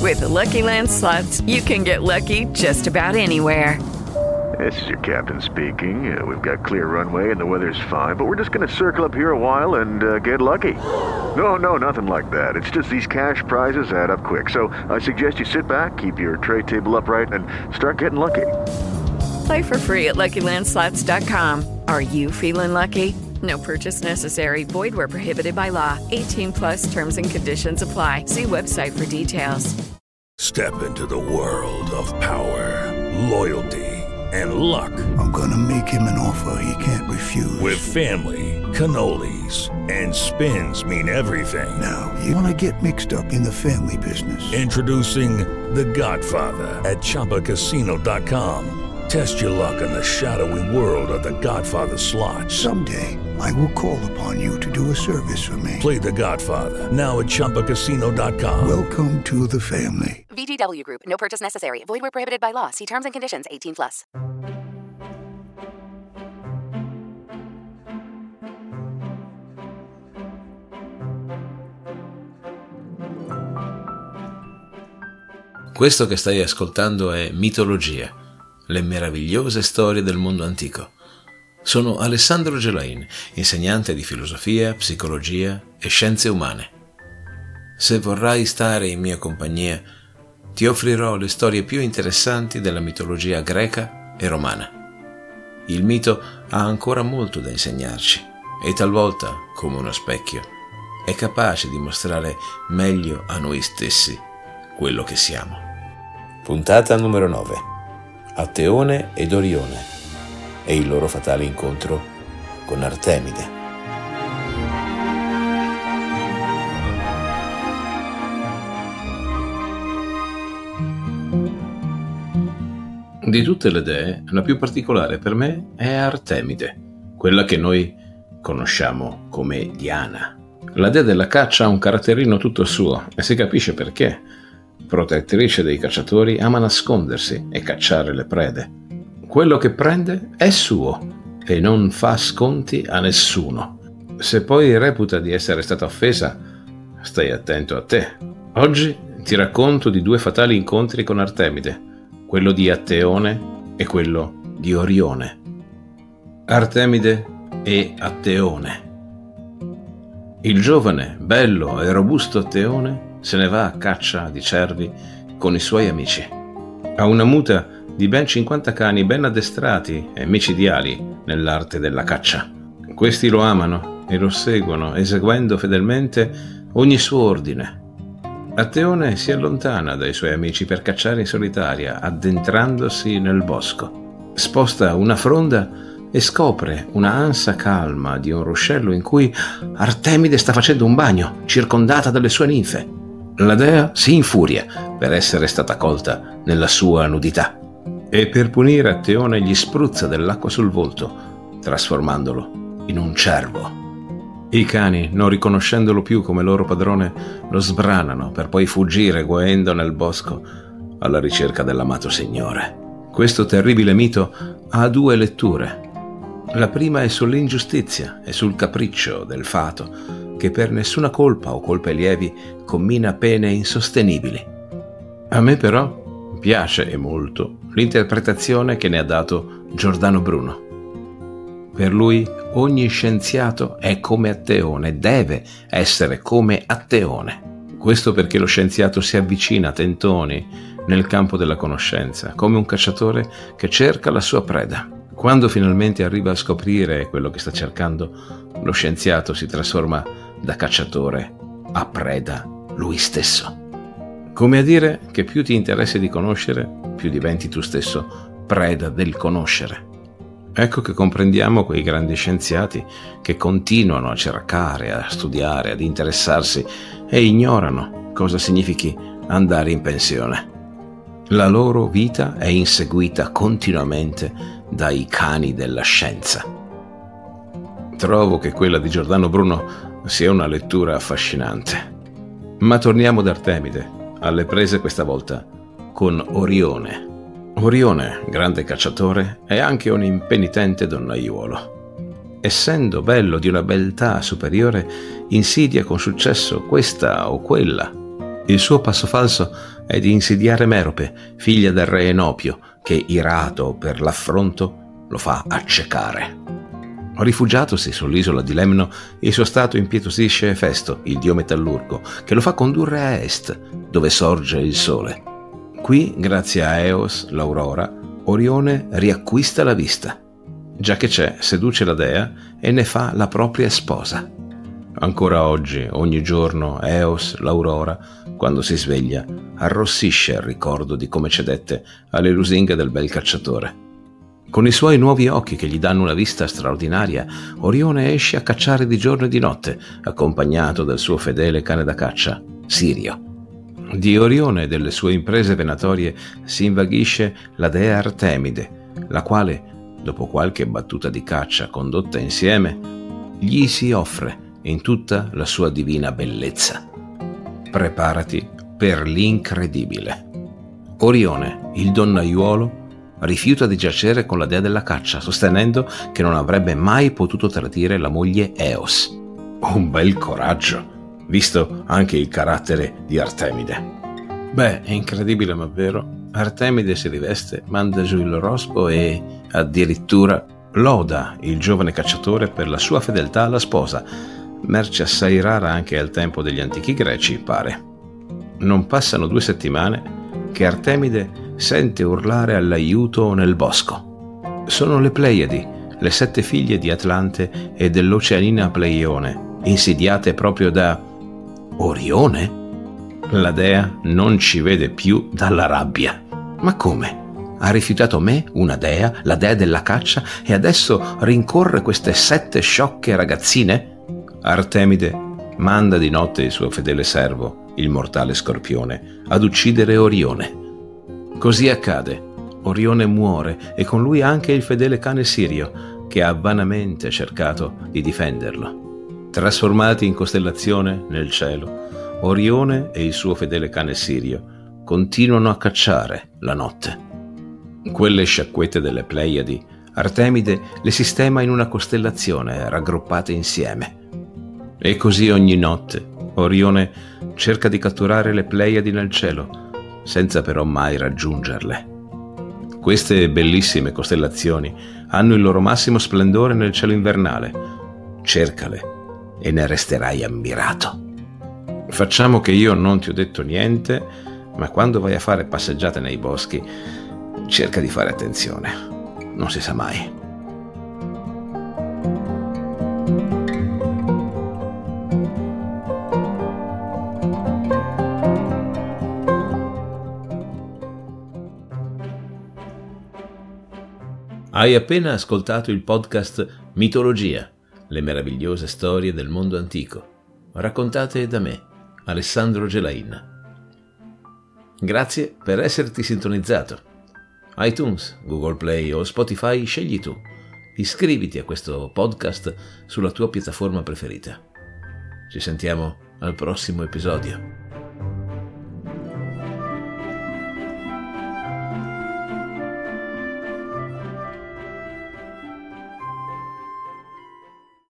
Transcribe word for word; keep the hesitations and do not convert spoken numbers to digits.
With Lucky Land Slots, you can get lucky just about anywhere. This is your captain speaking. Uh, we've got clear runway and the weather's fine, but we're just going to circle up here a while and uh, get lucky. No, no, nothing like that. It's just these cash prizes add up quick. So I suggest you sit back, keep your tray table upright, and start getting lucky. Play for free at Lucky Land Slots dot com. Are you feeling lucky? No purchase necessary. Void where prohibited by law. eighteen plus terms and conditions apply. See website for details. Step into the world of power, loyalty, and luck. I'm gonna make him an offer he can't refuse. With family, cannolis, and spins mean everything. Now, you wanna get mixed up in the family business. Introducing The Godfather at Chumba Casino dot com. Test your luck in the shadowy world of The Godfather slot. Someday, I will call upon you to do a service for me. Play The Godfather, now at Chumba Casino dot com. Welcome to the family. V G W Group. No purchase necessary. Void where prohibited by law. See terms and conditions. eighteen plus. Questo che stai ascoltando è Mitologia, le meravigliose storie del mondo antico. Sono Alessandro Gelain, insegnante di filosofia, psicologia e scienze umane. Se vorrai stare in mia compagnia, ti offrirò le storie più interessanti della mitologia greca e romana. Il mito ha ancora molto da insegnarci e talvolta, come uno specchio, è capace di mostrare meglio a noi stessi quello che siamo. Puntata numero nove. Ateone ed Orione e il loro fatale incontro con Artemide. Di tutte le dee, la più particolare per me è Artemide, quella che noi conosciamo come Diana. La dea della caccia ha un caratterino tutto suo e si capisce perché. Protettrice dei cacciatori, ama nascondersi e cacciare le prede. Quello che prende è suo e non fa sconti a nessuno. Se poi reputa di essere stata offesa, stai attento a te. Oggi ti racconto di due fatali incontri con Artemide, quello di Ateone e quello di Orione. Artemide e Ateone. Il giovane, bello e robusto Ateone se ne va a caccia di cervi con i suoi amici. Ha una muta di ben cinquanta cani ben addestrati e micidiali nell'arte della caccia. Questi lo amano e lo seguono, eseguendo fedelmente ogni suo ordine. Ateone si allontana dai suoi amici per cacciare in solitaria, addentrandosi nel bosco. Sposta una fronda e scopre una ansa calma di un ruscello in cui Artemide sta facendo un bagno, circondata dalle sue ninfe. La dea si infuria per essere stata colta nella sua nudità e per punire Ateone gli spruzza dell'acqua sul volto, trasformandolo in un cervo. I cani, non riconoscendolo più come loro padrone, lo sbranano per poi fuggire guaendo nel bosco alla ricerca dell'amato signore. Questo terribile mito ha due letture. La prima è sull'ingiustizia e sul capriccio del fato, che per nessuna colpa o colpe lievi commina pene insostenibili. A me però piace e molto l'interpretazione che ne ha dato Giordano Bruno. Per lui ogni scienziato è come Ateone, deve essere come Ateone. Questo perché lo scienziato si avvicina a tentoni nel campo della conoscenza, come un cacciatore che cerca la sua preda. Quando finalmente arriva a scoprire quello che sta cercando, lo scienziato si trasforma da cacciatore a preda lui stesso. Come a dire che più ti interessi di conoscere, più diventi tu stesso preda del conoscere. Ecco che comprendiamo quei grandi scienziati che continuano a cercare, a studiare, ad interessarsi e ignorano cosa significhi andare in pensione. La loro vita è inseguita continuamente dai cani della scienza. Trovo che quella di Giordano Bruno sia una lettura affascinante. Ma torniamo ad Artemide, alle prese questa volta con Orione. Orione, grande cacciatore, è anche un impenitente donnaiuolo. Essendo bello di una beltà superiore, insidia con successo questa o quella Il suo passo falso è di insidiare Merope, figlia del re Enopio, che, irato per l'affronto, lo fa accecare. Rifugiatosi sull'isola di Lemno, il suo stato impietosisce Efesto, il dio metallurgo, che lo fa condurre a est, dove sorge il sole. Qui, grazie a Eos, l'aurora, Orione riacquista la vista. Già che c'è, seduce la dea e ne fa la propria sposa. Ancora oggi, ogni giorno, Eos, l'aurora, quando si sveglia, arrossisce il ricordo di come cedette alle lusinghe del bel cacciatore. Con i suoi nuovi occhi che gli danno una vista straordinaria, Orione esce a cacciare di giorno e di notte, accompagnato dal suo fedele cane da caccia, Sirio. Di Orione e delle sue imprese venatorie si invaghisce la dea Artemide, la quale, dopo qualche battuta di caccia condotta insieme, gli si offre in tutta la sua divina bellezza. Preparati per l'incredibile. Orione, il donnaiuolo, rifiuta di giacere con la dea della caccia, sostenendo che non avrebbe mai potuto tradire la moglie Eos. Un bel coraggio, visto anche il carattere di Artemide. Beh, è incredibile ma vero, Artemide si riveste, manda giù il rospo e addirittura loda il giovane cacciatore per la sua fedeltà alla sposa, merce assai rara anche al tempo degli antichi greci, pare. Non passano due settimane che Artemide sente urlare all'aiuto nel bosco. Sono le Pleiadi, le sette figlie di Atlante e dell'Oceanina Pleione, insidiate proprio da Orione? La dea non ci vede più dalla rabbia. Ma come? Ha rifiutato me, una dea, la dea della caccia, e adesso rincorre queste sette sciocche ragazzine? Artemide manda di notte il suo fedele servo, il mortale Scorpione, ad uccidere Orione. Così accade. Orione muore e con lui anche il fedele cane Sirio, che ha vanamente cercato di difenderlo. Trasformati in costellazione nel cielo, Orione e il suo fedele cane Sirio continuano a cacciare la notte. Quelle sciacquette delle Pleiadi, Artemide le sistema in una costellazione raggruppate insieme. E così ogni notte Orione cerca di catturare le Pleiadi nel cielo, senza però mai raggiungerle. Queste bellissime costellazioni hanno il loro massimo splendore nel cielo invernale. Cercale e ne resterai ammirato. Facciamo che io non ti ho detto niente, ma quando vai a fare passeggiate nei boschi, cerca di fare attenzione. Non si sa mai. Hai appena ascoltato il podcast Mitologia, le meravigliose storie del mondo antico, raccontate da me, Alessandro Gelain. Grazie per esserti sintonizzato. iTunes, Google Play o Spotify scegli tu. Iscriviti a questo podcast sulla tua piattaforma preferita. Ci sentiamo al prossimo episodio.